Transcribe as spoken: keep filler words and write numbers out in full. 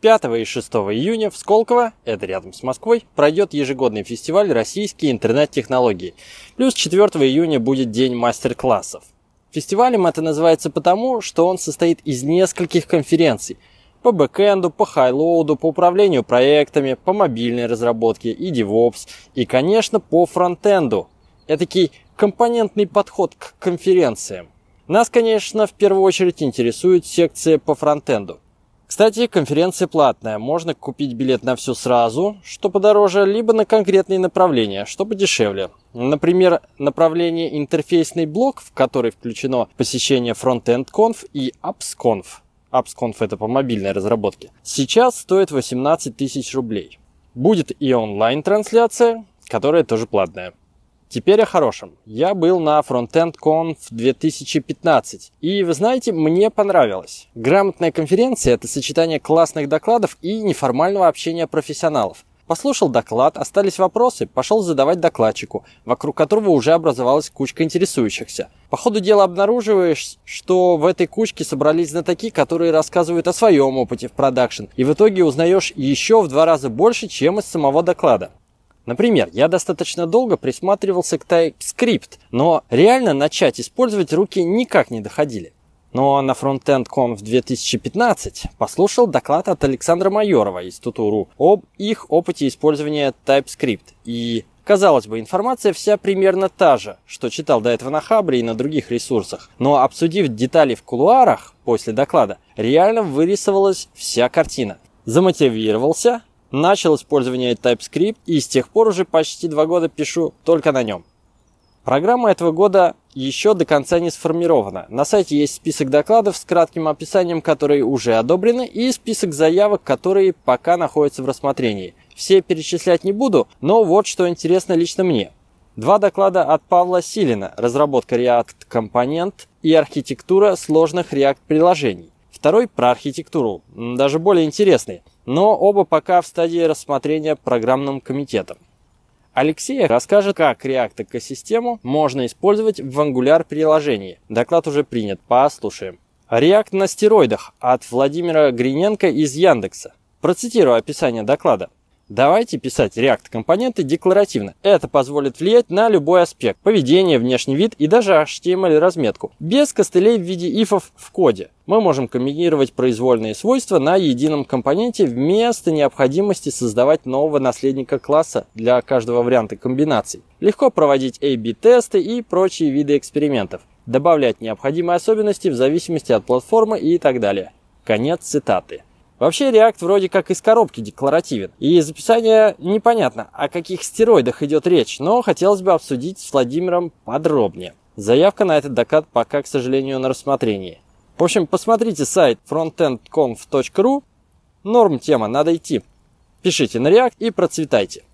пятого и шестого июня в Сколково, это рядом с Москвой, пройдет ежегодный фестиваль «Российские интернет-технологии». Плюс четвёртого июня будет день мастер-классов. Фестивалем это называется потому, что он состоит из нескольких конференций по бэкэнду, по хайлоуду, по управлению проектами, по мобильной разработке и DevOps, и, конечно, по фронтенду. Этакий компонентный подход к конференциям. Нас, конечно, в первую очередь интересует секция по фронтенду. Кстати, конференция платная, можно купить билет на всю сразу, что подороже, либо на конкретные направления, что подешевле. Например, направление интерфейсный блок, в который включено посещение FrontendConf и AppsConf. AppsConf это по мобильной разработке. Сейчас стоит восемнадцать тысяч рублей. Будет и онлайн-трансляция, которая тоже платная. Теперь о хорошем. Я был на FrontendConf две тысячи пятнадцать, и, вы знаете, мне понравилось. Грамотная конференция – это сочетание классных докладов и неформального общения профессионалов. Послушал доклад, остались вопросы, пошел задавать докладчику, вокруг которого уже образовалась кучка интересующихся. По ходу дела обнаруживаешь, что в этой кучке собрались знатоки, которые рассказывают о своем опыте в продакшн, и в итоге узнаешь еще в два раза больше, чем из самого доклада. Например, я достаточно долго присматривался к TypeScript, но реально начать использовать руки никак не доходили. Но на FrontendConf две тысячи пятнадцать послушал доклад от Александра Майорова из Туту.ру об их опыте использования TypeScript. И, казалось бы, информация вся примерно та же, что читал до этого на Хабре и на других ресурсах. Но обсудив детали в кулуарах после доклада, реально вырисовалась вся картина. Замотивировался. Начал использование TypeScript и с тех пор уже почти два года пишу только на нем. Программа этого года еще до конца не сформирована. На сайте есть список докладов с кратким описанием, которые уже одобрены, и список заявок, которые пока находятся в рассмотрении. Все перечислять не буду, но вот что интересно лично мне. Два доклада от Павла Силина «Разработка React-компонент» и «Архитектура сложных React-приложений». Второй про архитектуру, даже более интересный, но оба пока в стадии рассмотрения программным комитетом. Алексей расскажет, как React-экосистему можно использовать в Angular-приложении. Доклад уже принят, послушаем. React на стероидах от Владимира Гриненко из Яндекса. Процитирую описание доклада. Давайте писать React-компоненты декларативно. Это позволит влиять на любой аспект, поведение, внешний вид и даже эйч ти эм эль-разметку, без костылей в виде ифов в коде. Мы можем комбинировать произвольные свойства на едином компоненте вместо необходимости создавать нового наследника класса для каждого варианта комбинаций. Легко проводить эй би-тесты и прочие виды экспериментов. Добавлять необходимые особенности в зависимости от платформы и так далее. Конец цитаты. Вообще React вроде как из коробки декларативен, и из описания непонятно, о каких стероидах идет речь, но хотелось бы обсудить с Владимиром подробнее. Заявка на этот доклад пока, к сожалению, на рассмотрении. В общем, посмотрите сайт фронтендконф точка ру, норм тема, надо идти. Пишите на React и процветайте.